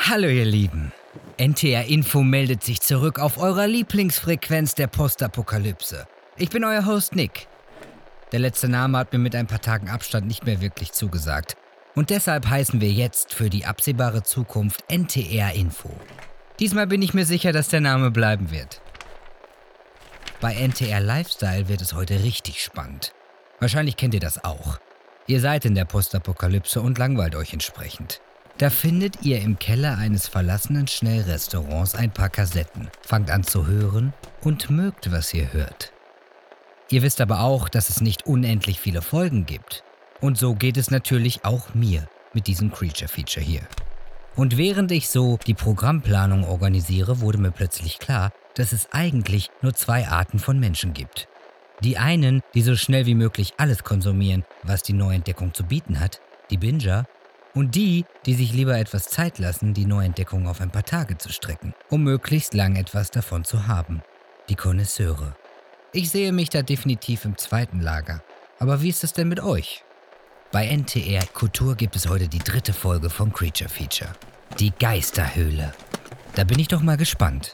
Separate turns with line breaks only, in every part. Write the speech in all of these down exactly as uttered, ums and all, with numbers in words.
Hallo ihr Lieben. N T R Info meldet sich zurück auf eurer Lieblingsfrequenz der Postapokalypse. Ich bin euer Host Nick. Der letzte Name hat mir mit ein paar Tagen Abstand nicht mehr wirklich zugesagt. Und deshalb heißen wir jetzt für die absehbare Zukunft N T R Info. Diesmal bin ich mir sicher, dass der Name bleiben wird. Bei N T R Lifestyle wird es heute richtig spannend. Wahrscheinlich kennt ihr das auch. Ihr seid in der Postapokalypse und langweilt euch entsprechend. Da findet ihr im Keller eines verlassenen Schnellrestaurants ein paar Kassetten, fangt an zu hören und mögt, was ihr hört. Ihr wisst aber auch, dass es nicht unendlich viele Folgen gibt. Und so geht es natürlich auch mir mit diesem Creature-Feature hier. Und während ich so die Programmplanung organisiere, wurde mir plötzlich klar, dass es eigentlich nur zwei Arten von Menschen gibt. Die einen, die so schnell wie möglich alles konsumieren, was die Neuentdeckung zu bieten hat, die Binger, und die, die sich lieber etwas Zeit lassen, die Neuentdeckung auf ein paar Tage zu strecken, um möglichst lang etwas davon zu haben, die Connoisseure. Ich sehe mich da definitiv im zweiten Lager. Aber wie ist es denn mit euch? Bei N T R Kultur gibt es heute die dritte Folge von Creature Feature. Die Geisterhöhle. Da bin ich doch mal gespannt.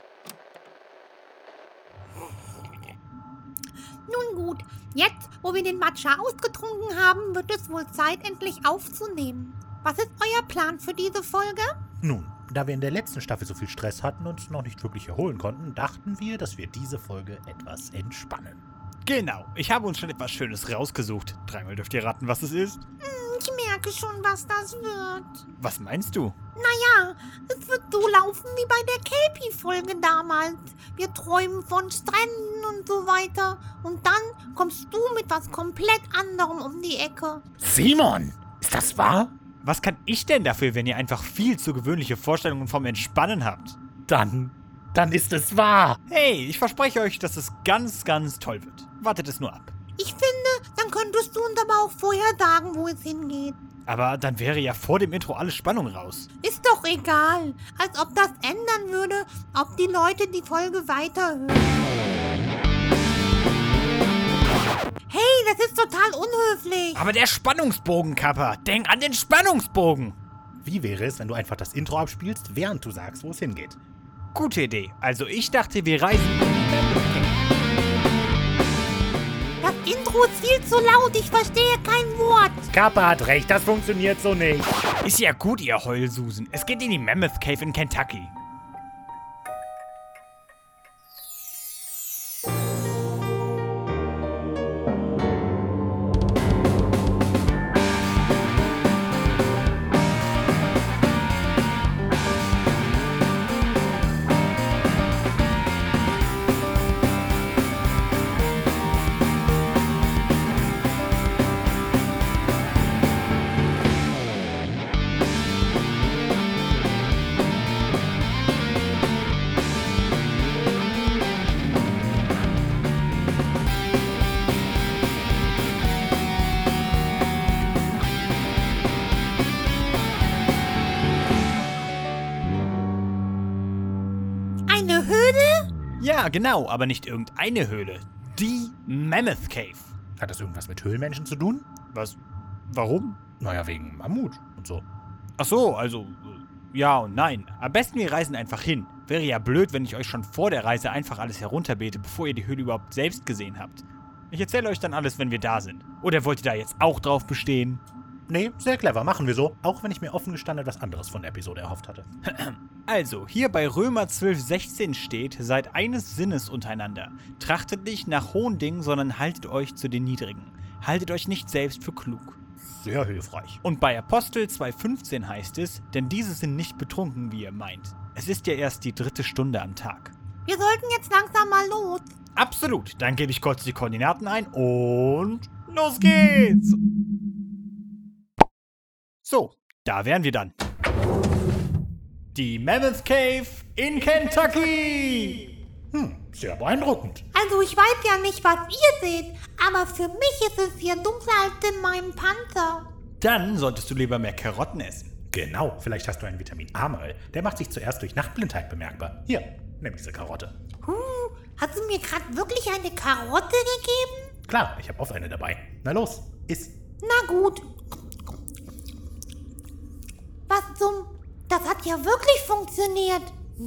Nun gut, jetzt, wo wir den Matcha ausgetrunken haben, wird es wohl Zeit, endlich aufzunehmen. Was ist euer Plan für diese Folge?
Nun, da wir in der letzten Staffel so viel Stress hatten und noch nicht wirklich erholen konnten, dachten wir, dass wir diese Folge etwas entspannen.
Genau, ich habe uns schon etwas Schönes rausgesucht. Dreimal dürft ihr raten, was es ist.
Ich merke schon, was das wird.
Was meinst du?
Naja, es wird so laufen wie bei der Kelpie-Folge damals. Wir träumen von Stränden und so weiter. Und dann kommst du mit was komplett anderem um die Ecke.
Simon, ist das wahr?
Was kann ich denn dafür, wenn ihr einfach viel zu gewöhnliche Vorstellungen vom Entspannen habt?
Dann, dann ist es wahr.
Hey, ich verspreche euch, dass es ganz, ganz toll wird. Wartet es nur ab.
Ich finde, dann könntest du uns aber auch vorher sagen, wo es hingeht.
Aber dann wäre ja vor dem Intro alle Spannung raus.
Ist doch egal. Als ob das ändern würde, ob die Leute die Folge weiterhören. Hey, das ist total unhöflich.
Aber der Spannungsbogen, Kappa. Denk an den Spannungsbogen.
Wie wäre es, wenn du einfach das Intro abspielst, während du sagst, wo es hingeht?
Gute Idee. Also ich dachte, wir reisen...
Das Intro ist viel zu laut, ich verstehe kein Wort.
Kappa hat recht, das funktioniert so nicht.
Ist ja gut, ihr Heulsusen. Es geht in die Mammoth Cave in Kentucky.
Eine Höhle?
Ja, genau, aber nicht irgendeine Höhle. Die Mammoth Cave.
Hat das irgendwas mit Höhlenmenschen zu tun?
Was? Warum?
Naja, wegen Mammut und so.
Ach so, also, äh, ja und nein. Am besten wir reisen einfach hin. Wäre ja blöd, wenn ich euch schon vor der Reise einfach alles herunterbete, bevor ihr die Höhle überhaupt selbst gesehen habt. Ich erzähle euch dann alles, wenn wir da sind. Oder wollt ihr da jetzt auch drauf bestehen?
Nee, sehr clever, machen wir so. Auch wenn ich mir offen gestanden etwas anderes von der Episode erhofft hatte.
Also, hier bei Römer zwölf sechzehn steht, seid eines Sinnes untereinander. Trachtet nicht nach hohen Dingen, sondern haltet euch zu den niedrigen. Haltet euch nicht selbst für klug.
Sehr hilfreich.
Und bei Apostel zwei fünfzehn heißt es, denn diese sind nicht betrunken, wie ihr meint. Es ist ja erst die dritte Stunde am Tag.
Wir sollten jetzt langsam mal los.
Absolut, dann gebe ich kurz die Koordinaten ein und los geht's! So, da wären wir dann. Die Mammoth Cave in Kentucky!
Hm, sehr beeindruckend.
Also ich weiß ja nicht, was ihr seht, aber für mich ist es hier dunkler als in meinem Panzer.
Dann solltest du lieber mehr Karotten essen.
Genau, vielleicht hast du einen Vitamin-A-Mangel. Der macht sich zuerst durch Nachtblindheit bemerkbar. Hier, nimm diese Karotte.
Huh, hast du mir gerade wirklich eine Karotte gegeben?
Klar, ich habe oft eine dabei. Na los, iss.
Na gut. Was zum... Das hat hat ja wirklich funktioniert.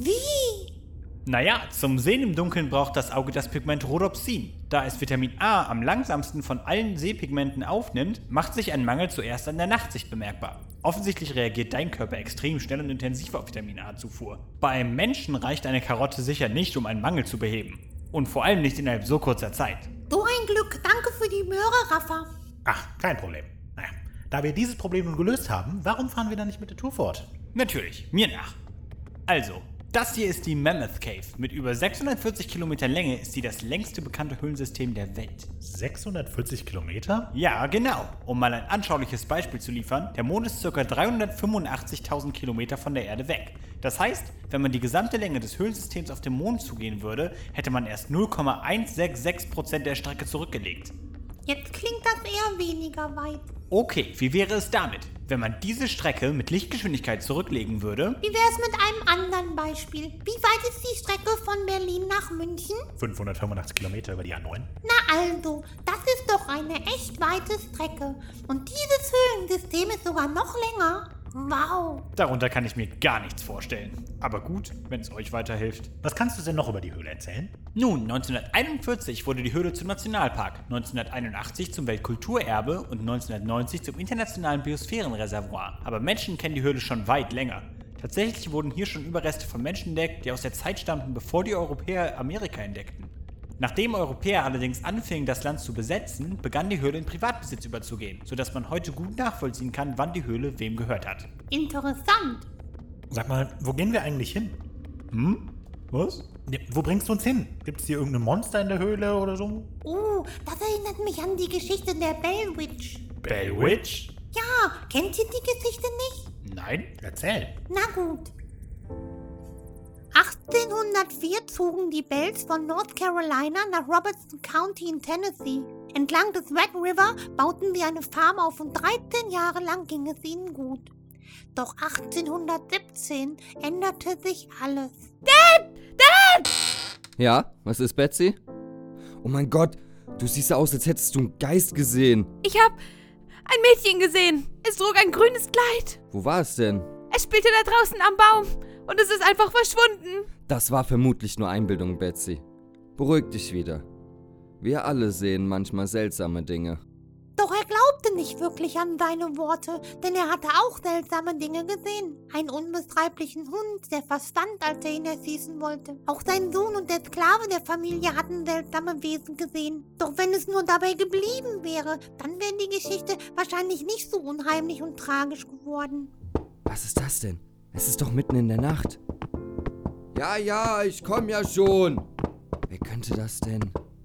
Wie?
Naja, zum Sehen im Dunkeln braucht das Auge das Pigment Rhodopsin. Da es Vitamin A am langsamsten von allen Sehpigmenten aufnimmt, macht sich ein Mangel zuerst an der Nachtsicht bemerkbar. Offensichtlich reagiert dein Körper extrem schnell und intensiv auf Vitamin A-Zufuhr. Bei einem Menschen reicht eine Karotte sicher nicht, um einen Mangel zu beheben. Und vor allem nicht innerhalb so kurzer Zeit.
So ein Glück. Danke für die Möhre, Rafa.
Ach, kein Problem. Naja, da wir dieses Problem nun gelöst haben, warum fahren wir dann nicht mit der Tour fort?
Natürlich, mir nach. Also, das hier ist die Mammoth Cave. Mit über sechshundertvierzig Kilometern Länge ist sie das längste bekannte Höhlensystem der Welt.
sechshundertvierzig Kilometer?
Ja, genau. Um mal ein anschauliches Beispiel zu liefern, der Mond ist ca. dreihundertfünfundachtzigtausend Kilometer von der Erde weg. Das heißt, wenn man die gesamte Länge des Höhlensystems auf dem Mond zugehen würde, hätte man erst null Komma hundertsechsundsechzig Prozent der Strecke zurückgelegt.
Jetzt klingt das eher weniger weit.
Okay, wie wäre es damit, wenn man diese Strecke mit Lichtgeschwindigkeit zurücklegen würde?
Wie wäre es mit einem anderen Beispiel? Wie weit ist die Strecke von Berlin nach München?
fünfhundertfünfundachtzig Kilometer über die A neun.
Na also, das ist doch eine echt weite Strecke. Und dieses Höhlensystem ist sogar noch länger. Wow.
Darunter kann ich mir gar nichts vorstellen. Aber gut, wenn es euch weiterhilft.
Was kannst du denn noch über die Höhle erzählen?
Nun, neunzehnhunderteinundvierzig wurde die Höhle zum Nationalpark, neunzehnhunderteinundachtzig zum Weltkulturerbe und neunzehnhundertneunzig zum internationalen Biosphärenreservoir. Aber Menschen kennen die Höhle schon weit länger. Tatsächlich wurden hier schon Überreste von Menschen entdeckt, die aus der Zeit stammten, bevor die Europäer Amerika entdeckten. Nachdem Europäer allerdings anfingen, das Land zu besetzen, begann die Höhle in Privatbesitz überzugehen, sodass man heute gut nachvollziehen kann, wann die Höhle wem gehört hat.
Interessant.
Sag mal, wo gehen wir eigentlich hin?
Hm? Was?
Ja, wo bringst du uns hin? Gibt es hier irgendein Monster in der Höhle oder so?
Oh, das erinnert mich an die Geschichte der Bell Witch.
Bell Witch?
Ja, kennt ihr die Geschichte nicht?
Nein, erzähl.
Na gut. achtzehnhundertvier zogen die Bells von North Carolina nach Robertson County in Tennessee. Entlang des Red River bauten sie eine Farm auf und dreizehn Jahre lang ging es ihnen gut. Doch achtzehnhundertsiebzehn änderte sich alles.
Dad! Dad! Ja, was ist, Betsy? Oh mein Gott, du siehst aus, als hättest du einen Geist gesehen.
Ich hab ein Mädchen gesehen. Es trug ein grünes Kleid.
Wo war es denn?
Es spielte da draußen am Baum und es ist einfach verschwunden.
Das war vermutlich nur Einbildung, Betsy. Beruhig dich wieder. Wir alle sehen manchmal seltsame Dinge.
Doch er glaubte nicht wirklich an seine Worte, denn er hatte auch seltsame Dinge gesehen. Einen unbeschreiblichen Hund, der verschwand, als er ihn erschießen wollte. Auch sein Sohn und der Sklave der Familie hatten seltsame Wesen gesehen. Doch wenn es nur dabei geblieben wäre, dann wäre die Geschichte wahrscheinlich nicht so unheimlich und tragisch geworden.
Was ist das denn? Es ist doch mitten in der Nacht. Ja, ja, ich komm ja schon. Wer könnte das denn?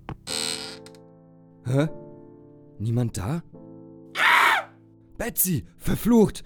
Hä? Niemand da? Ah! Betsy, verflucht!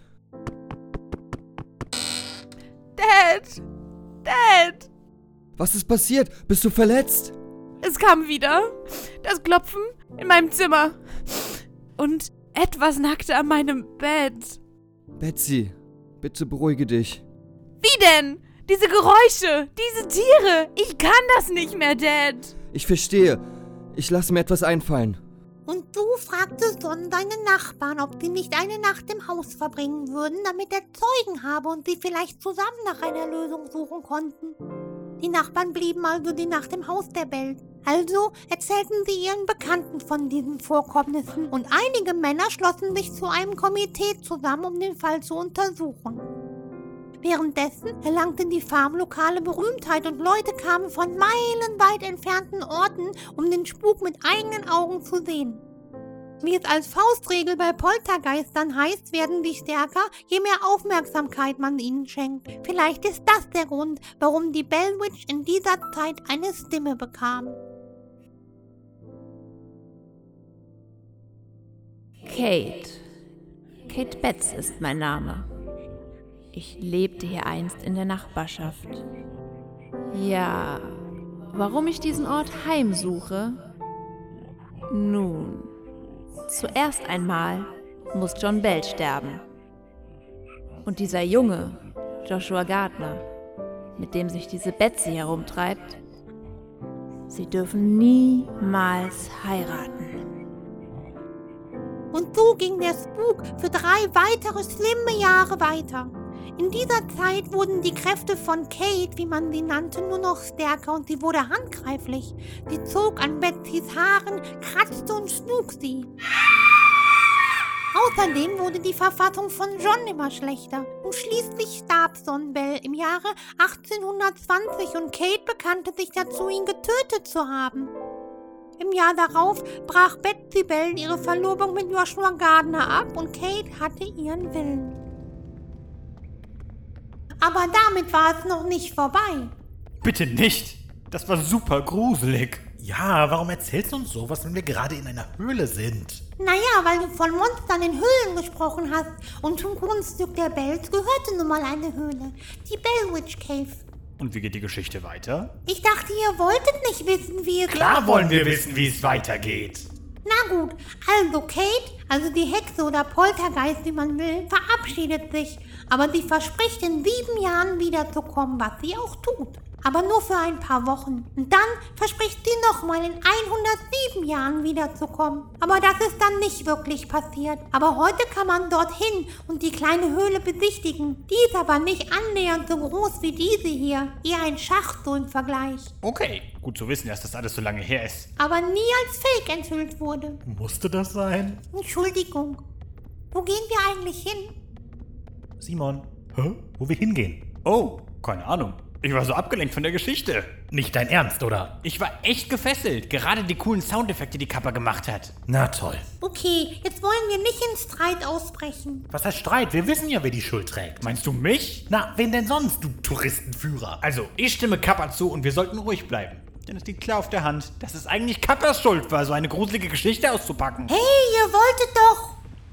Dad! Dad!
Was ist passiert? Bist du verletzt?
Es kam wieder. Das Klopfen in meinem Zimmer. Und etwas nackte an meinem Bett.
Betsy, bitte beruhige dich.
Wie denn? Diese Geräusche, diese Tiere. Ich kann das nicht mehr, Dad.
Ich verstehe. Ich lasse mir etwas einfallen.
Und so fragte Son seine Nachbarn, ob sie nicht eine Nacht im Haus verbringen würden, damit er Zeugen habe und sie vielleicht zusammen nach einer Lösung suchen konnten. Die Nachbarn blieben also die Nacht im Haus der Bells. Also erzählten sie ihren Bekannten von diesen Vorkommnissen und einige Männer schlossen sich zu einem Komitee zusammen, um den Fall zu untersuchen. Währenddessen erlangte die Farm lokale Berühmtheit und Leute kamen von meilenweit entfernten Orten, um den Spuk mit eigenen Augen zu sehen. Wie es als Faustregel bei Poltergeistern heißt, werden sie stärker, je mehr Aufmerksamkeit man ihnen schenkt. Vielleicht ist das der Grund, warum die Bell Witch in dieser Zeit eine Stimme bekam.
Kate. Kate Betts ist mein Name. Ich lebte hier einst in der Nachbarschaft. Ja, warum ich diesen Ort heimsuche? Nun, zuerst einmal muss John Bell sterben. Und dieser Junge, Joshua Gardner, mit dem sich diese Betsy herumtreibt, sie dürfen niemals heiraten.
Und so ging der Spuk für drei weitere schlimme Jahre weiter. In dieser Zeit wurden die Kräfte von Kate, wie man sie nannte, nur noch stärker und sie wurde handgreiflich. Sie zog an Betsys Haaren, kratzte und schlug sie. Außerdem wurde die Verfassung von John immer schlechter und schließlich starb Son Bell im Jahre achtzehnhundertzwanzig und Kate bekannte sich dazu, ihn getötet zu haben. Im Jahr darauf brach Betsy Bell ihre Verlobung mit Joshua Gardner ab und Kate hatte ihren Willen. Aber damit war es noch nicht vorbei.
Bitte nicht! Das war super gruselig.
Ja, warum erzählst du uns sowas, wenn wir gerade in einer Höhle sind?
Naja, weil du von Monstern in Höhlen gesprochen hast und zum Grundstück der Bells gehörte nun mal eine Höhle, die Bellwitch Cave.
Und wie geht die Geschichte weiter?
Ich dachte, ihr wolltet nicht wissen, wie es...
Klar wollen wir wissen, wie es weitergeht.
Na gut, also Kate, also die Hexe oder Poltergeist, wie man will, verabschiedet sich. Aber sie verspricht, in sieben Jahren wiederzukommen, was sie auch tut. Aber nur für ein paar Wochen. Und dann verspricht sie nochmal in hundertsieben Jahren wiederzukommen. Aber das ist dann nicht wirklich passiert. Aber heute kann man dorthin und die kleine Höhle besichtigen. Die ist aber nicht annähernd so groß wie diese hier. Eher ein Schacht so im Vergleich.
Okay, gut zu wissen, dass das alles so lange her ist.
Aber nie als Fake enthüllt wurde.
Musste das sein?
Entschuldigung. Wo gehen wir eigentlich hin?
Simon, hä? Wo wir hingehen?
Oh, keine Ahnung. Ich war so abgelenkt von der Geschichte.
Nicht dein Ernst, oder?
Ich war echt gefesselt. Gerade die coolen Soundeffekte, die Kappa gemacht hat.
Na toll.
Okay, jetzt wollen wir nicht in Streit ausbrechen.
Was heißt Streit? Wir wissen ja, wer die Schuld trägt.
Meinst du mich?
Na, wen denn sonst, du Touristenführer?
Also, ich stimme Kappa zu und wir sollten ruhig bleiben. Denn es liegt klar auf der Hand, dass es eigentlich Kappas Schuld war, so eine gruselige Geschichte auszupacken.
Hey, ihr wolltet doch...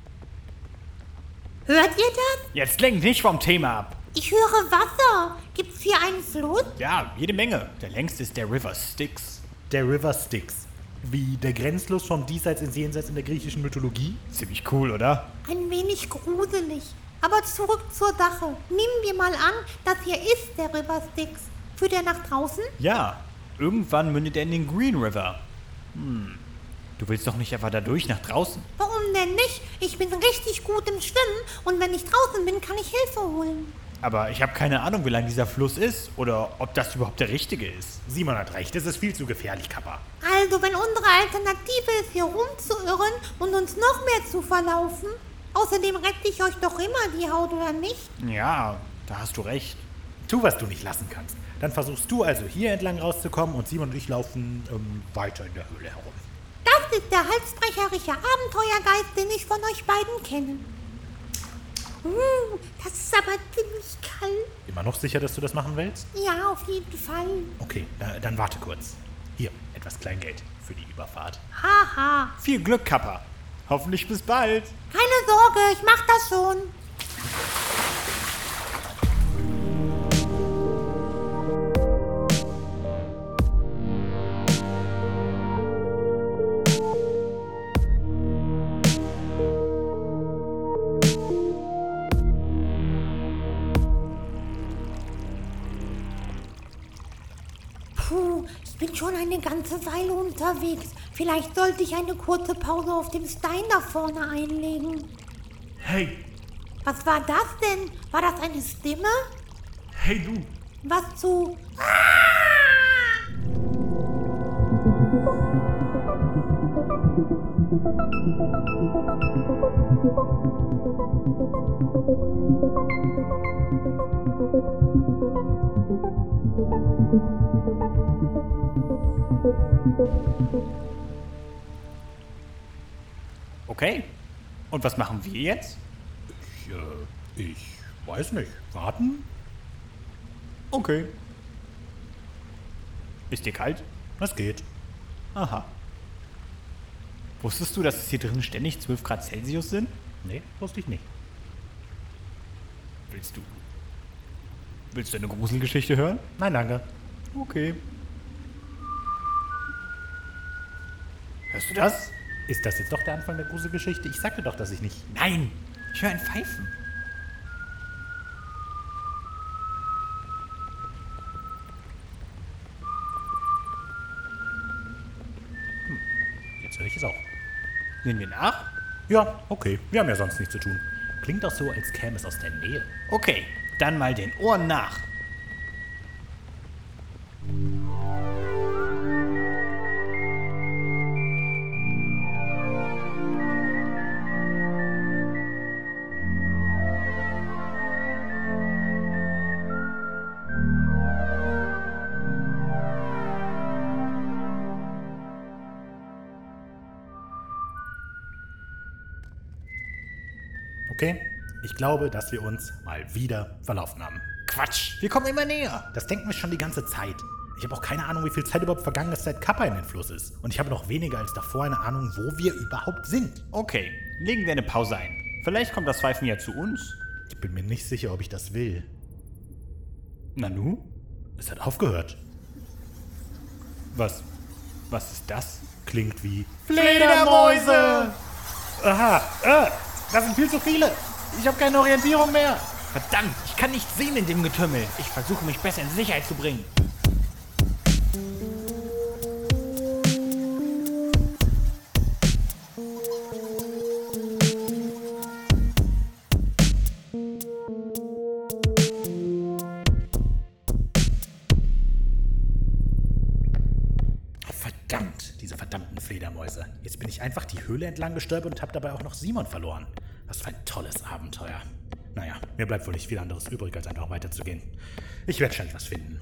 Hört ihr das?
Jetzt lenk nicht vom Thema ab.
Ich höre Wasser. Gibt's hier einen Fluss?
Ja, jede Menge. Der längste ist der River Styx.
Der River Styx. Wie der Grenzfluss vom Diesseits ins Jenseits in der griechischen Mythologie?
Ziemlich cool, oder?
Ein wenig gruselig. Aber zurück zur Sache. Nehmen wir mal an, das hier ist der River Styx. Führt er nach draußen?
Ja, irgendwann mündet er in den Green River. Hm, du willst doch nicht einfach da durch nach draußen?
Warum denn nicht? Ich bin richtig gut im Schwimmen und wenn ich draußen bin, kann ich Hilfe holen.
Aber ich habe keine Ahnung, wie lang dieser Fluss ist oder ob das überhaupt der richtige ist.
Simon hat recht, es ist viel zu gefährlich, Kappa.
Also, wenn unsere Alternative ist, hier rumzuirren und uns noch mehr zu verlaufen, außerdem rette ich euch doch immer die Haut, oder nicht?
Ja, da hast du recht.
Tu, was du nicht lassen kannst. Dann versuchst du also hier entlang rauszukommen und Simon und ich laufen ähm, weiter in der Höhle herum.
Das ist der halsbrecherische Abenteuergeist, den ich von euch beiden kenne. Uh, das ist aber ziemlich kalt.
Immer noch sicher, dass du das machen willst?
Ja, auf jeden Fall.
Okay, äh, dann warte kurz. Hier, etwas Kleingeld für die Überfahrt.
Haha.
Viel Glück, Kappa. Hoffentlich bis bald.
Keine Sorge, ich mach das schon. Puh, ich bin schon eine ganze Weile unterwegs. Vielleicht sollte ich eine kurze Pause auf dem Stein da vorne einlegen.
Hey,
Was war das denn? War das eine Stimme?
hey du,
Was zu...
Okay. Und was machen wir jetzt?
Ich, äh, ich weiß nicht. Warten?
Okay. Ist dir kalt?
Das geht.
Aha. Wusstest du, dass es hier drin ständig zwölf Grad Celsius sind?
Nee, wusste ich nicht.
Willst du... Willst du eine Gruselgeschichte hören?
Nein, danke.
Okay. Hörst du das?
Ist das jetzt doch der Anfang der Gruselgeschichte? Ich sagte doch, dass ich nicht...
Nein! Ich höre ein Pfeifen.
Jetzt höre ich es auch.
Sehen wir nach?
Ja, okay. Wir haben ja sonst nichts zu tun. Klingt doch so, als käme es aus der Nähe.
Okay. Dann mal den Ohren nach.
Okay, ich glaube, dass wir uns mal wieder verlaufen haben.
Quatsch, wir kommen immer näher.
Das denken wir schon die ganze Zeit. Ich habe auch keine Ahnung, wie viel Zeit überhaupt vergangen ist, seit Kappa in den Fluss ist. Und ich habe noch weniger als davor eine Ahnung, wo wir überhaupt sind.
Okay, legen wir eine Pause ein. Vielleicht kommt das Pfeifen ja zu uns.
Ich bin mir nicht sicher, ob ich das will.
Nanu?
Es hat aufgehört.
Was? Was ist das?
Klingt wie
Fledermäuse!
Aha, äh, das sind viel zu viele. Ich habe keine Orientierung mehr.
Verdammt, ich kann nicht sehen in dem Getümmel. Ich versuche mich besser in Sicherheit zu bringen.
Verdammt, diese verdammten Fledermäuse. Jetzt bin ich einfach die Höhle entlang gestolpert und habe dabei auch noch Simon verloren. Was für ein tolles Abenteuer. Naja, mir bleibt wohl nicht viel anderes übrig, als einfach weiterzugehen. Ich werde schon was finden.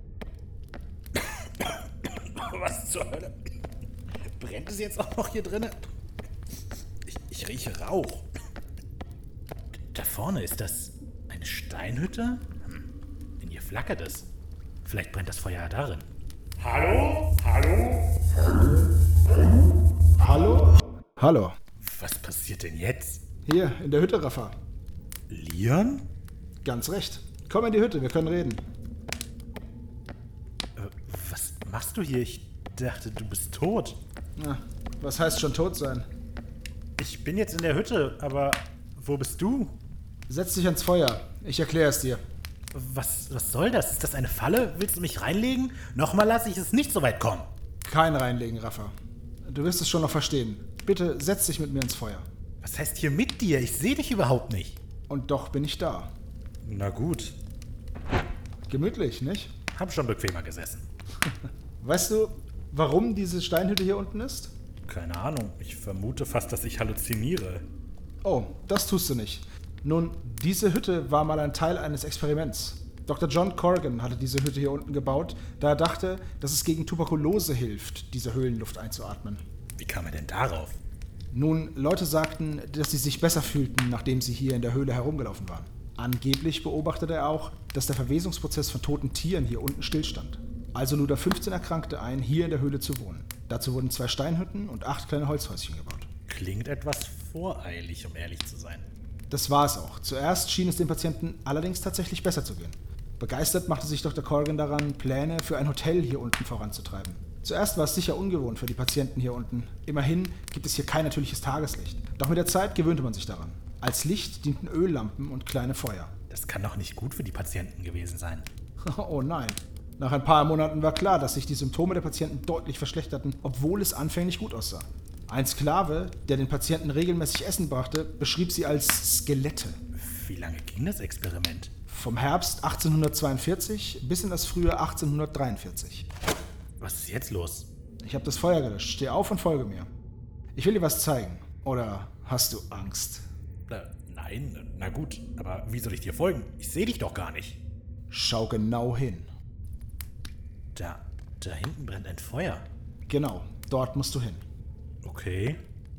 Was zur Hölle? Brennt es jetzt auch noch hier drin? Ich, ich rieche Rauch. Da vorne ist das eine Steinhütte? Hm. In ihr flackert es. Vielleicht brennt das Feuer ja darin. Hallo? Hallo?
Hallo? Hallo.
Was passiert denn jetzt?
Hier, in der Hütte, Rafa.
Leon?
Ganz recht. Komm in die Hütte, wir können reden.
Äh, was machst du hier? Ich dachte, du bist tot.
Na, was heißt schon tot sein?
Ich bin jetzt in der Hütte, aber wo bist du?
Setz dich ans Feuer. Ich erkläre es dir.
Was, was soll das? Ist das eine Falle? Willst du mich reinlegen? Nochmal lasse ich es nicht so weit kommen.
Kein reinlegen, Rafa. Du wirst es schon noch verstehen. Bitte setz dich mit mir ins Feuer.
Was heißt hier mit dir? Ich sehe dich überhaupt nicht.
Und doch bin ich da.
Na gut.
Gemütlich, nicht?
Hab schon bequemer gesessen.
Weißt du, warum diese Steinhütte hier unten ist?
Keine Ahnung. Ich vermute fast, dass ich halluziniere.
Oh, das tust du nicht. Nun, diese Hütte war mal ein Teil eines Experiments. Doktor John Corrigan hatte diese Hütte hier unten gebaut, da er dachte, dass es gegen Tuberkulose hilft, diese Höhlenluft einzuatmen.
Wie kam er denn darauf?
Nun, Leute sagten, dass sie sich besser fühlten, nachdem sie hier in der Höhle herumgelaufen waren. Angeblich beobachtete er auch, dass der Verwesungsprozess von toten Tieren hier unten stillstand. Also lud er fünfzehn Erkrankte ein, hier in der Höhle zu wohnen. Dazu wurden zwei Steinhütten und acht kleine Holzhäuschen gebaut.
Klingt etwas voreilig, um ehrlich zu sein.
Das war es auch. Zuerst schien es den Patienten allerdings tatsächlich besser zu gehen. Begeistert machte sich Doktor Corrigan daran, Pläne für ein Hotel hier unten voranzutreiben. Zuerst war es sicher ungewohnt für die Patienten hier unten. Immerhin gibt es hier kein natürliches Tageslicht. Doch mit der Zeit gewöhnte man sich daran. Als Licht dienten Öllampen und kleine Feuer.
Das kann doch nicht gut für die Patienten gewesen sein.
Oh nein. Nach ein paar Monaten war klar, dass sich die Symptome der Patienten deutlich verschlechterten, obwohl es anfänglich gut aussah. Ein Sklave, der den Patienten regelmäßig Essen brachte, beschrieb sie als Skelette.
Wie lange ging das Experiment?
Vom Herbst achtzehnhundertzweiundvierzig bis in das frühe achtzehnhundertdreiundvierzig.
Was ist jetzt los?
Ich habe das Feuer gelöscht. Steh auf und folge mir. Ich will dir was zeigen. Oder hast du Angst?
Äh, nein, na gut. Aber wie soll ich dir folgen? Ich sehe dich doch gar nicht.
Schau genau hin.
Da, da hinten brennt ein Feuer.
Genau, dort musst du hin.
Okay.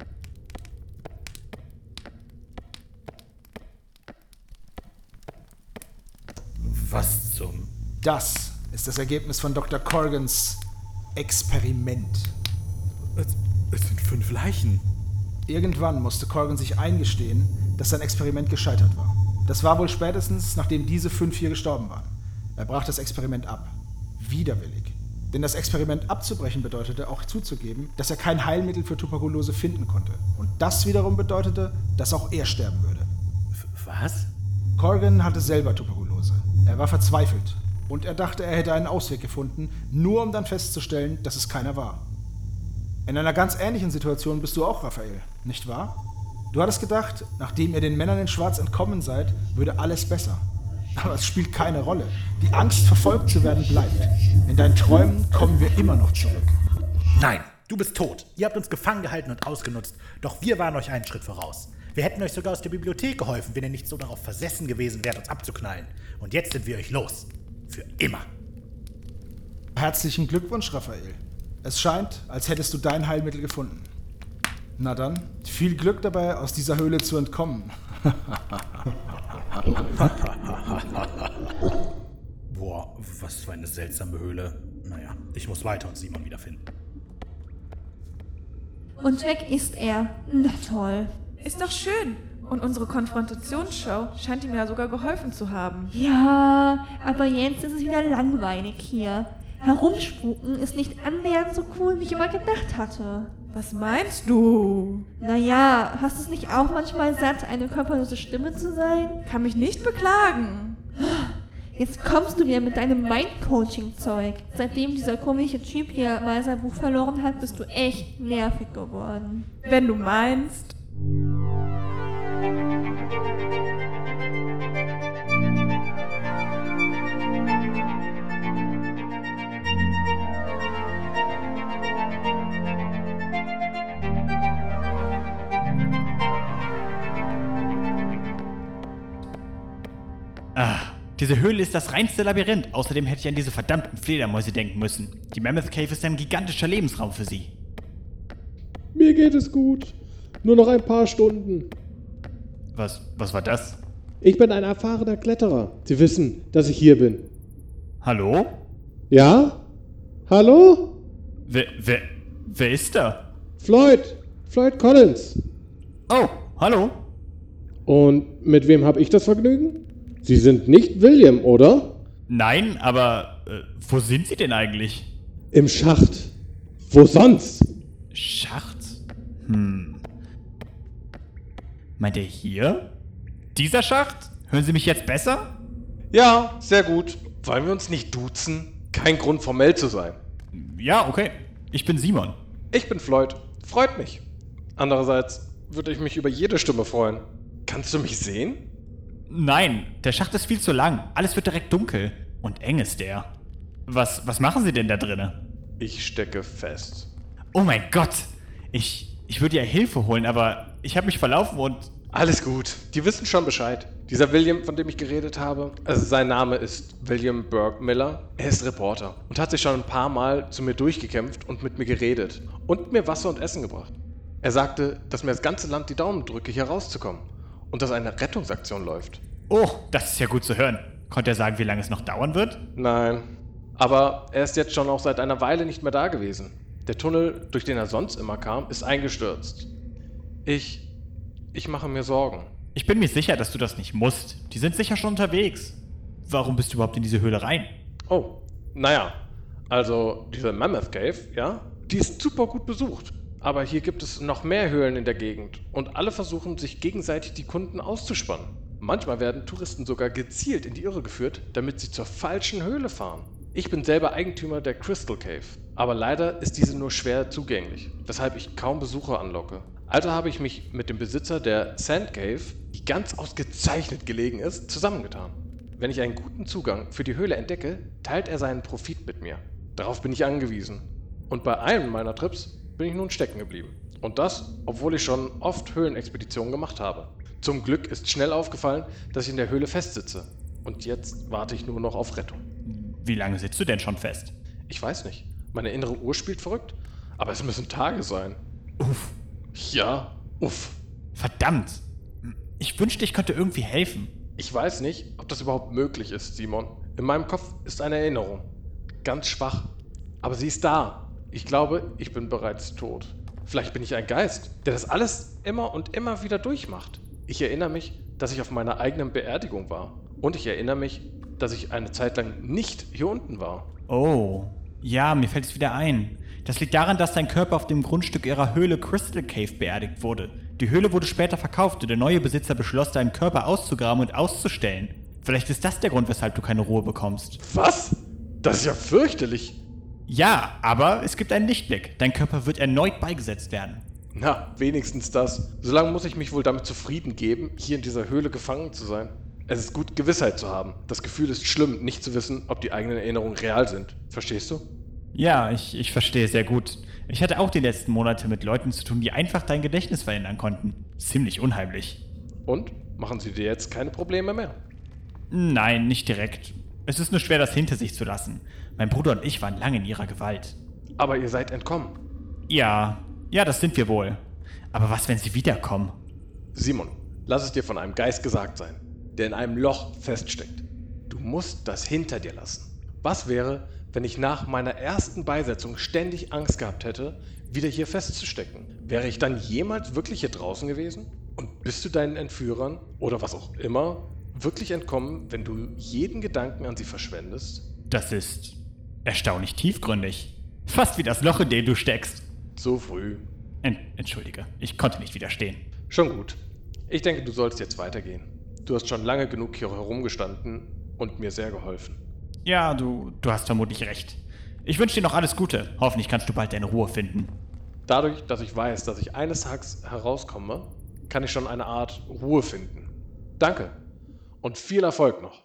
Was zum...
Das ist das Ergebnis von Doktor Corrigans Experiment.
Es, es sind fünf Leichen.
Irgendwann musste Corrigan sich eingestehen, dass sein Experiment gescheitert war. Das war wohl spätestens, nachdem diese fünf hier gestorben waren. Er brach das Experiment ab. Widerwillig. Denn das Experiment abzubrechen bedeutete auch zuzugeben, dass er kein Heilmittel für Tuberkulose finden konnte. Und das wiederum bedeutete, dass auch er sterben würde.
F- was?
Corrigan hatte selber Tuberkulose. Er war verzweifelt. Und er dachte, er hätte einen Ausweg gefunden, nur um dann festzustellen, dass es keiner war. In einer ganz ähnlichen Situation bist du auch, Raphael, nicht wahr? Du hattest gedacht, nachdem ihr den Männern in Schwarz entkommen seid, würde alles besser. Aber es spielt keine Rolle. Die Angst, verfolgt zu werden, bleibt. In deinen Träumen kommen wir immer noch zurück.
Nein, du bist tot. Ihr habt uns gefangen gehalten und ausgenutzt. Doch wir waren euch einen Schritt voraus. Wir hätten euch sogar aus der Bibliothek geholfen, wenn ihr nicht so darauf versessen gewesen wärt, uns abzuknallen. Und jetzt sind wir euch los. Für immer.
Herzlichen Glückwunsch, Raphael. Es scheint, als hättest du dein Heilmittel gefunden. Na dann, viel Glück dabei, aus dieser Höhle zu entkommen.
Boah, was für eine seltsame Höhle. Naja, ich muss weiter und Simon wiederfinden.
Und weg ist er. Na toll.
Ist doch schön. Und unsere Konfrontationsshow scheint ihm ja sogar geholfen zu haben.
Ja, aber jetzt ist es wieder langweilig hier. Herumspuken ist nicht annähernd so cool, wie ich immer gedacht hatte.
Was meinst du?
Naja, hast du es nicht auch manchmal satt, eine körperlose Stimme zu sein?
Kann mich nicht beklagen.
Jetzt kommst du wieder mit deinem Mind-Coaching-Zeug. Seitdem dieser komische Typ hier mal sein Buch verloren hat, bist du echt nervig geworden.
Wenn du meinst.
Ah, diese Höhle ist das reinste Labyrinth. Außerdem hätte ich an diese verdammten Fledermäuse denken müssen. Die Mammoth Cave ist ein gigantischer Lebensraum für sie.
Mir geht es gut. Nur noch ein paar Stunden.
Was, was war das?
Ich bin ein erfahrener Kletterer. Sie wissen, dass ich hier bin.
Hallo?
Ja? Hallo?
Wer, wer, wer ist da?
Floyd. Floyd Collins.
Oh, hallo.
Und mit wem habe ich das Vergnügen? Sie sind nicht William, oder?
Nein, aber äh, wo sind Sie denn eigentlich?
Im Schacht. Wo sonst?
Schacht? Hm. Meint er hier? Dieser Schacht? Hören Sie mich jetzt besser?
Ja, sehr gut. Wollen wir uns nicht duzen? Kein Grund, formell zu sein.
Ja, okay. Ich bin Simon.
Ich bin Floyd. Freut mich. Andererseits würde ich mich über jede Stimme freuen. Kannst du mich sehen?
Nein, der Schacht ist viel zu lang. Alles wird direkt dunkel. Und eng ist der. Was, was machen Sie denn da drinne?
Ich stecke fest.
Oh mein Gott! Ich, ich würde ja Hilfe holen, aber ich habe mich verlaufen und...
Alles gut. Die wissen schon Bescheid. Dieser William, von dem ich geredet habe, also sein Name ist William Burke Miller. Er ist Reporter und hat sich schon ein paar Mal zu mir durchgekämpft und mit mir geredet. Und mir Wasser und Essen gebracht. Er sagte, dass mir das ganze Land die Daumen drücke, hier rauszukommen. Und dass eine Rettungsaktion läuft.
Oh, das ist ja gut zu hören. Konnte er sagen, wie lange es noch dauern wird?
Nein. Aber er ist jetzt schon auch seit einer Weile nicht mehr da gewesen. Der Tunnel, durch den er sonst immer kam, ist eingestürzt. Ich... ich mache mir Sorgen.
Ich bin mir sicher, dass du das nicht musst. Die sind sicher schon unterwegs. Warum bist du überhaupt in diese Höhle rein?
Oh, naja. Also, diese Mammoth Cave, ja, die ist super gut besucht. Aber hier gibt es noch mehr Höhlen in der Gegend. Und alle versuchen, sich gegenseitig die Kunden auszuspannen. Manchmal werden Touristen sogar gezielt in die Irre geführt, damit sie zur falschen Höhle fahren. Ich bin selber Eigentümer der Crystal Cave. Aber leider ist diese nur schwer zugänglich, weshalb ich kaum Besucher anlocke. Also habe ich mich mit dem Besitzer der Sand Cave, die ganz ausgezeichnet gelegen ist, zusammengetan. Wenn ich einen guten Zugang für die Höhle entdecke, teilt er seinen Profit mit mir. Darauf bin ich angewiesen. Und bei einem meiner Trips bin ich nun stecken geblieben. Und das, obwohl ich schon oft Höhlenexpeditionen gemacht habe. Zum Glück ist schnell aufgefallen, dass ich in der Höhle festsitze. Und jetzt warte ich nur noch auf Rettung.
Wie lange sitzt du denn schon fest?
Ich weiß nicht. Meine innere Uhr spielt verrückt. Aber es müssen Tage sein.
Uff.
Ja, uff.
Verdammt. Ich wünschte, ich könnte irgendwie helfen.
Ich weiß nicht, ob das überhaupt möglich ist, Simon. In meinem Kopf ist eine Erinnerung. Ganz schwach. Aber sie ist da. Ich glaube, ich bin bereits tot. Vielleicht bin ich ein Geist, der das alles immer und immer wieder durchmacht. Ich erinnere mich, dass ich auf meiner eigenen Beerdigung war. Und ich erinnere mich, dass ich eine Zeit lang nicht hier unten war.
Oh, ja, mir fällt es wieder ein. Das liegt daran, dass dein Körper auf dem Grundstück ihrer Höhle Crystal Cave beerdigt wurde. Die Höhle wurde später verkauft und der neue Besitzer beschloss, deinen Körper auszugraben und auszustellen. Vielleicht ist das der Grund, weshalb du keine Ruhe bekommst.
Was? Das ist ja fürchterlich.
Ja, aber es gibt einen Lichtblick. Dein Körper wird erneut beigesetzt werden.
Na, wenigstens das. Solange muss ich mich wohl damit zufrieden geben, hier in dieser Höhle gefangen zu sein. Es ist gut, Gewissheit zu haben. Das Gefühl ist schlimm, nicht zu wissen, ob die eigenen Erinnerungen real sind. Verstehst du?
Ja, ich, ich verstehe sehr gut. Ich hatte auch die letzten Monate mit Leuten zu tun, die einfach dein Gedächtnis verändern konnten. Ziemlich unheimlich.
Und? Machen sie dir jetzt keine Probleme mehr?
Nein, nicht direkt. Es ist nur schwer, das hinter sich zu lassen. Mein Bruder und ich waren lange in ihrer Gewalt.
Aber ihr seid entkommen.
Ja, ja, das sind wir wohl. Aber was, wenn sie wiederkommen?
Simon, lass es dir von einem Geist gesagt sein, der in einem Loch feststeckt. Du musst das hinter dir lassen. Was wäre, wenn ich nach meiner ersten Beisetzung ständig Angst gehabt hätte, wieder hier festzustecken? Wäre ich dann jemals wirklich hier draußen gewesen? Und bist du deinen Entführern, oder was auch immer, wirklich entkommen, wenn du jeden Gedanken an sie verschwendest?
Das ist erstaunlich tiefgründig. Fast wie das Loch, in dem du steckst.
So früh.
Ent- Entschuldige, ich konnte nicht widerstehen.
Schon gut. Ich denke, du sollst jetzt weitergehen. Du hast schon lange genug hier herumgestanden und mir sehr geholfen.
Ja, du, du hast vermutlich recht. Ich wünsche dir noch alles Gute. Hoffentlich kannst du bald deine Ruhe finden.
Dadurch, dass ich weiß, dass ich eines Tages herauskomme, kann ich schon eine Art Ruhe finden. Danke und viel Erfolg noch.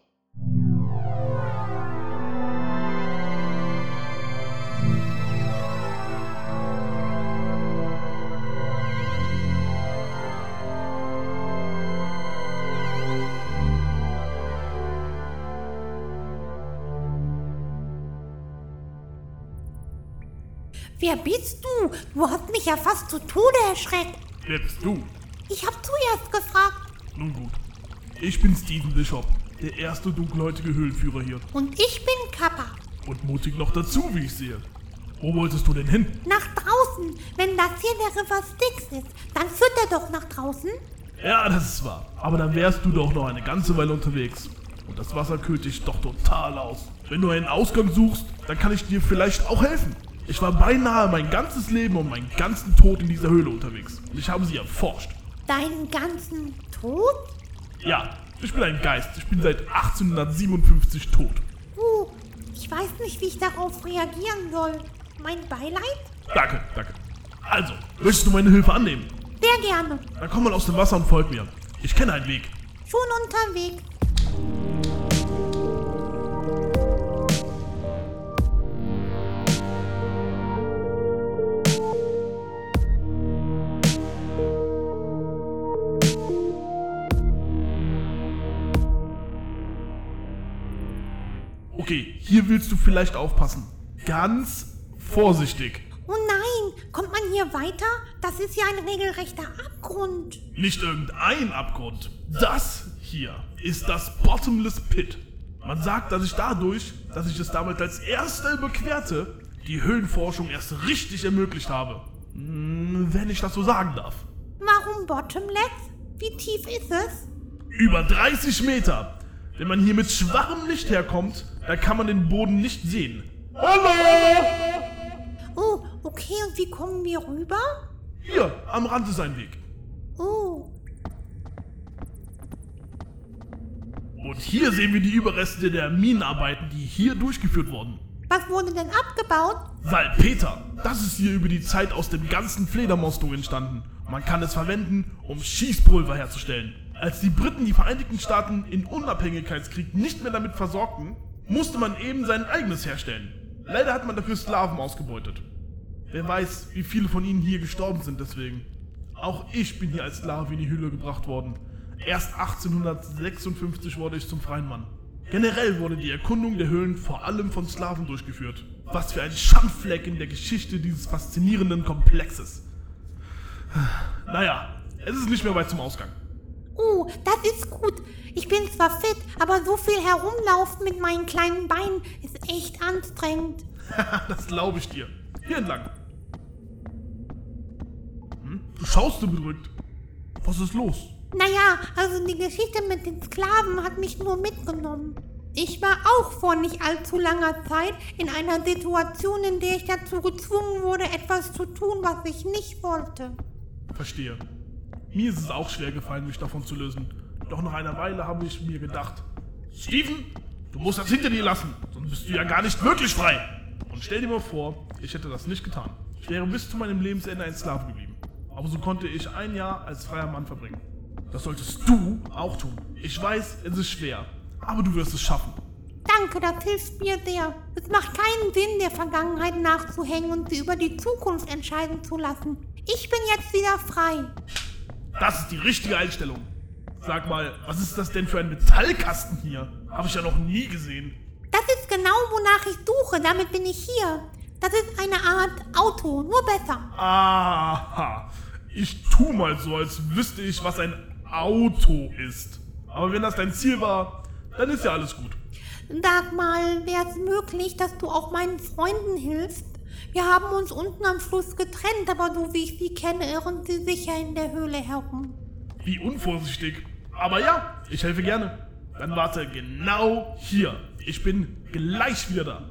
Wer bist du? Du hast mich ja fast zu Tode erschreckt.
Wer bist du?
Ich hab zuerst gefragt.
Nun gut. Ich bin Steven Bishop, der erste dunkelhäutige Höhlenführer hier.
Und ich bin Kappa.
Und mutig noch dazu, wie ich sehe. Wo wolltest du denn hin?
Nach draußen. Wenn das hier der River Styx ist, dann führt er doch nach draußen.
Ja, das ist wahr. Aber dann wärst du doch noch eine ganze Weile unterwegs. Und das Wasser kühlt dich doch total aus. Wenn du einen Ausgang suchst, dann kann ich dir vielleicht auch helfen. Ich war beinahe mein ganzes Leben und meinen ganzen Tod in dieser Höhle unterwegs. Und ich habe sie erforscht.
Deinen ganzen Tod?
Ja, ich bin ein Geist. Ich bin seit achtzehnhundertsiebenundfünfzig tot.
Uh, ich weiß nicht, wie ich darauf reagieren soll. Mein Beileid?
Danke, danke. Also, möchtest du meine Hilfe annehmen?
Sehr gerne.
Dann komm mal aus dem Wasser und folg mir. Ich kenne einen Weg.
Schon unterwegs.
Okay, hier willst du vielleicht aufpassen. Ganz vorsichtig.
Oh nein, kommt man hier weiter? Das ist ja ein regelrechter Abgrund.
Nicht irgendein Abgrund. Das hier ist das Bottomless Pit. Man sagt, dass ich dadurch, dass ich es damals als Erster überquerte, die Höhlenforschung erst richtig ermöglicht habe. Hm, wenn ich das so sagen darf.
Warum Bottomless? Wie tief ist es?
Über dreißig Meter. Wenn man hier mit schwachem Licht herkommt, dann kann man den Boden nicht sehen. Hallo!
Oh, okay, und wie kommen wir rüber?
Hier, am Rand ist ein Weg.
Oh.
Und hier sehen wir die Überreste der Minenarbeiten, die hier durchgeführt wurden.
Was wurde denn abgebaut?
Salpeter. Das ist hier über die Zeit aus dem ganzen Fledermausdung entstanden. Man kann es verwenden, um Schießpulver herzustellen. Als die Briten die Vereinigten Staaten im Unabhängigkeitskrieg nicht mehr damit versorgten, musste man eben sein eigenes herstellen. Leider hat man dafür Sklaven ausgebeutet. Wer weiß, wie viele von ihnen hier gestorben sind deswegen. Auch ich bin hier als Sklave in die Höhle gebracht worden. Erst achtzehnhundertsechsundfünfzig wurde ich zum freien Mann. Generell wurde die Erkundung der Höhlen vor allem von Sklaven durchgeführt. Was für ein Schandfleck in der Geschichte dieses faszinierenden Komplexes. Naja, es ist nicht mehr weit zum Ausgang.
Oh, das ist gut. Ich bin zwar fit, aber so viel herumlaufen mit meinen kleinen Beinen ist echt anstrengend.
Das glaube ich dir. Hier entlang. Hm? Du schaust so bedrückt. Was ist los?
Naja, also die Geschichte mit den Sklaven hat mich nur mitgenommen. Ich war auch vor nicht allzu langer Zeit in einer Situation, in der ich dazu gezwungen wurde, etwas zu tun, was ich nicht wollte.
Verstehe. Mir ist es auch schwer gefallen, mich davon zu lösen. Doch nach einer Weile habe ich mir gedacht, Steven, du musst das hinter dir lassen, sonst bist du ja gar nicht wirklich frei. Und stell dir mal vor, ich hätte das nicht getan. Ich wäre bis zu meinem Lebensende ein Sklave geblieben. Aber so konnte ich ein Jahr als freier Mann verbringen. Das solltest du auch tun. Ich weiß, es ist schwer, aber du wirst es schaffen.
Danke, das hilft mir sehr. Es macht keinen Sinn, der Vergangenheit nachzuhängen und sie über die Zukunft entscheiden zu lassen. Ich bin jetzt wieder frei.
Das ist die richtige Einstellung. Sag mal, was ist das denn für ein Metallkasten hier? Habe ich ja noch nie gesehen.
Das ist genau, wonach ich suche. Damit bin ich hier. Das ist eine Art Auto, nur besser.
Aha. Ich tu mal so, als wüsste ich, was ein Auto ist. Aber wenn das dein Ziel war, dann ist ja alles gut.
Sag mal, wäre es möglich, dass du auch meinen Freunden hilfst? Wir haben uns unten am Fluss getrennt, aber so wie ich sie kenne, irren sie sicher in der Höhle herum.
Wie unvorsichtig. Aber ja, ich helfe gerne. Dann warte genau hier. Ich bin gleich wieder da.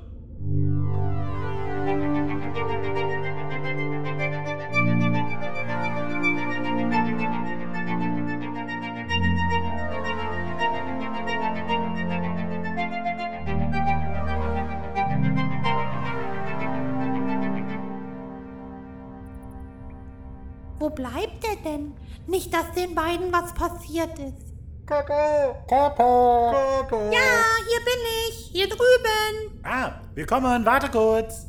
Wo bleibt er denn? Nicht, dass den beiden was passiert ist.
Coco, Coco, Coco.
Ja, hier bin ich. Hier drüben.
Ah, wir kommen. Warte kurz.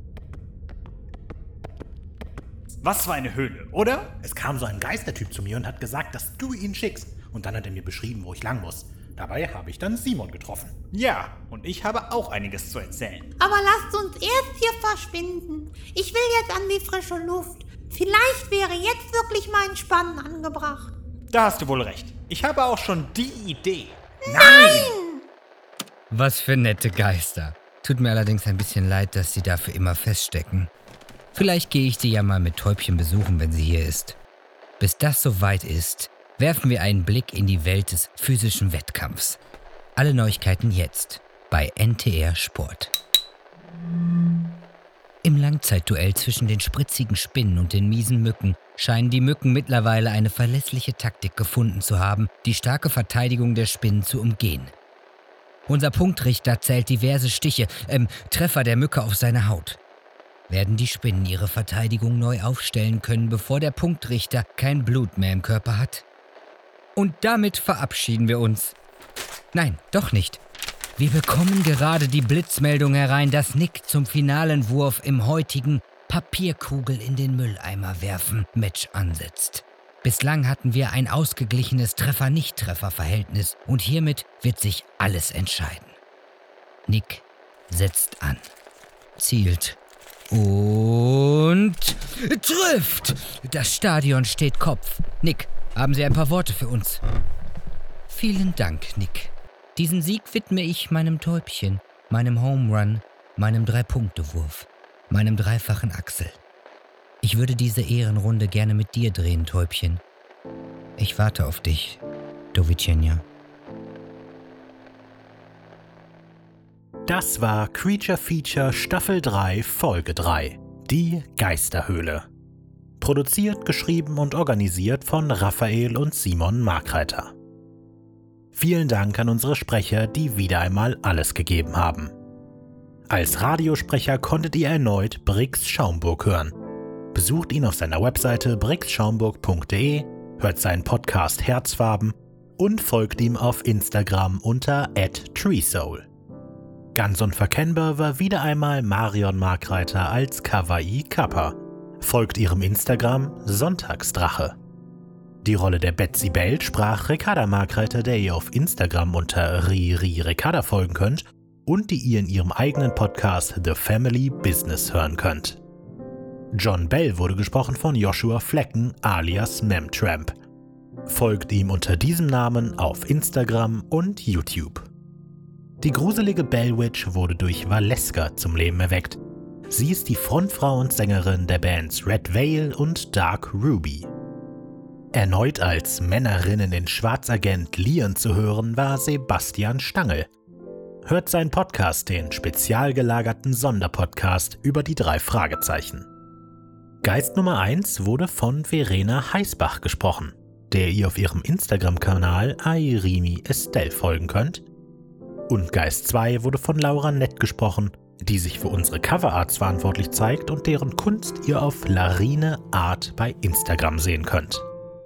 Was für eine Höhle, oder?
Es kam so ein Geistertyp zu mir und hat gesagt, dass du ihn schickst. Und dann hat er mir beschrieben, wo ich lang muss. Dabei habe ich dann Simon getroffen.
Ja, und ich habe auch einiges zu erzählen.
Aber lasst uns erst hier verschwinden. Ich will jetzt an die frische Luft. Vielleicht wäre jetzt wirklich mal Entspannen angebracht.
Da hast du wohl recht. Ich habe auch schon die Idee.
Nein!
Was für nette Geister. Tut mir allerdings ein bisschen leid, dass sie dafür immer feststecken. Vielleicht gehe ich sie ja mal mit Täubchen besuchen, wenn sie hier ist. Bis das soweit ist, werfen wir einen Blick in die Welt des physischen Wettkampfs. Alle Neuigkeiten jetzt bei N T R Sport. Im Langzeitduell zwischen den spritzigen Spinnen und den miesen Mücken scheinen die Mücken mittlerweile eine verlässliche Taktik gefunden zu haben, die starke Verteidigung der Spinnen zu umgehen. Unser Punktrichter zählt diverse Stiche, ähm, Treffer der Mücke auf seine Haut. Werden die Spinnen ihre Verteidigung neu aufstellen können, bevor der Punktrichter kein Blut mehr im Körper hat? Und damit verabschieden wir uns. Nein, doch nicht. Wir bekommen gerade die Blitzmeldung herein, dass Nick zum finalen Wurf im heutigen Papierkugel in den Mülleimer werfen Match ansetzt. Bislang hatten wir ein ausgeglichenes Treffer-Nicht-Treffer-Verhältnis und hiermit wird sich alles entscheiden. Nick setzt an, zielt und trifft. Das Stadion steht Kopf. Nick, haben Sie ein paar Worte für uns? Vielen Dank, Nick. Diesen Sieg widme ich meinem Täubchen, meinem Home Run, meinem Drei-Punkte-Wurf, meinem dreifachen Axel. Ich würde diese Ehrenrunde gerne mit dir drehen, Täubchen. Ich warte auf dich, Dovicenia.
Das war Creature Feature Staffel drei, Folge drei. Die Geisterhöhle. Produziert, geschrieben und organisiert von Raphael und Simon Markreiter. Vielen Dank an unsere Sprecher, die wieder einmal alles gegeben haben. Als Radiosprecher konntet ihr erneut Brix Schaumburg hören. Besucht ihn auf seiner Webseite brix schaumburg punkt de, hört seinen Podcast Herzfarben und folgt ihm auf Instagram unter at treesoul. Ganz unverkennbar war wieder einmal Marion Markreiter als Kawaii Kappa. Folgt ihrem Instagram Sonntagsdrache. Die Rolle der Betsy Bell sprach Ricarda Markreiter, der ihr auf Instagram unter Riri Ricarda folgen könnt und die ihr in ihrem eigenen Podcast The Family Business hören könnt. John Bell wurde gesprochen von Joshua Flecken alias Memtramp. Folgt ihm unter diesem Namen auf Instagram und YouTube. Die gruselige Bellwitch wurde durch Valeska zum Leben erweckt. Sie ist die Frontfrau und Sängerin der Bands Red Veil und Dark Ruby. Erneut als Männerinnen in Schwarzagent Leon zu hören war Sebastian Stangl. Hört seinen Podcast, den spezial gelagerten Sonderpodcast über die drei Fragezeichen. Geist Nummer eins wurde von Verena Heißbach gesprochen, der ihr auf ihrem Instagram-Kanal Airimi Estelle folgen könnt. Und Geist zwei wurde von Laura Nett gesprochen, die sich für unsere Coverarts verantwortlich zeigt und deren Kunst ihr auf Larine Art bei Instagram sehen könnt.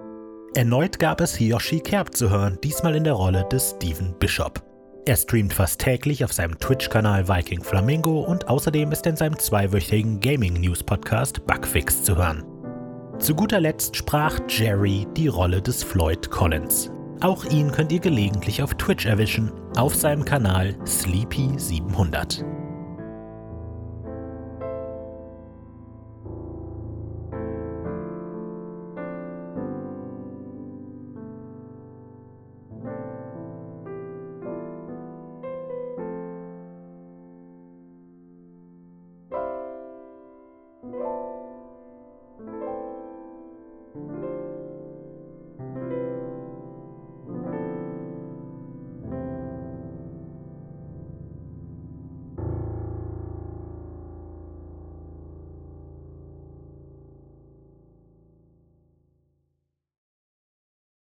Erneut gab es Hiyoshi Kerb zu hören, diesmal in der Rolle des Steven Bishop. Er streamt fast täglich auf seinem Twitch-Kanal Viking Flamingo und außerdem ist er in seinem zweiwöchigen Gaming-News-Podcast Bugfix zu hören. Zu guter Letzt sprach Jerry die Rolle des Floyd Collins. Auch ihn könnt ihr gelegentlich auf Twitch erwischen, auf seinem Kanal Sleepy siebenhundert.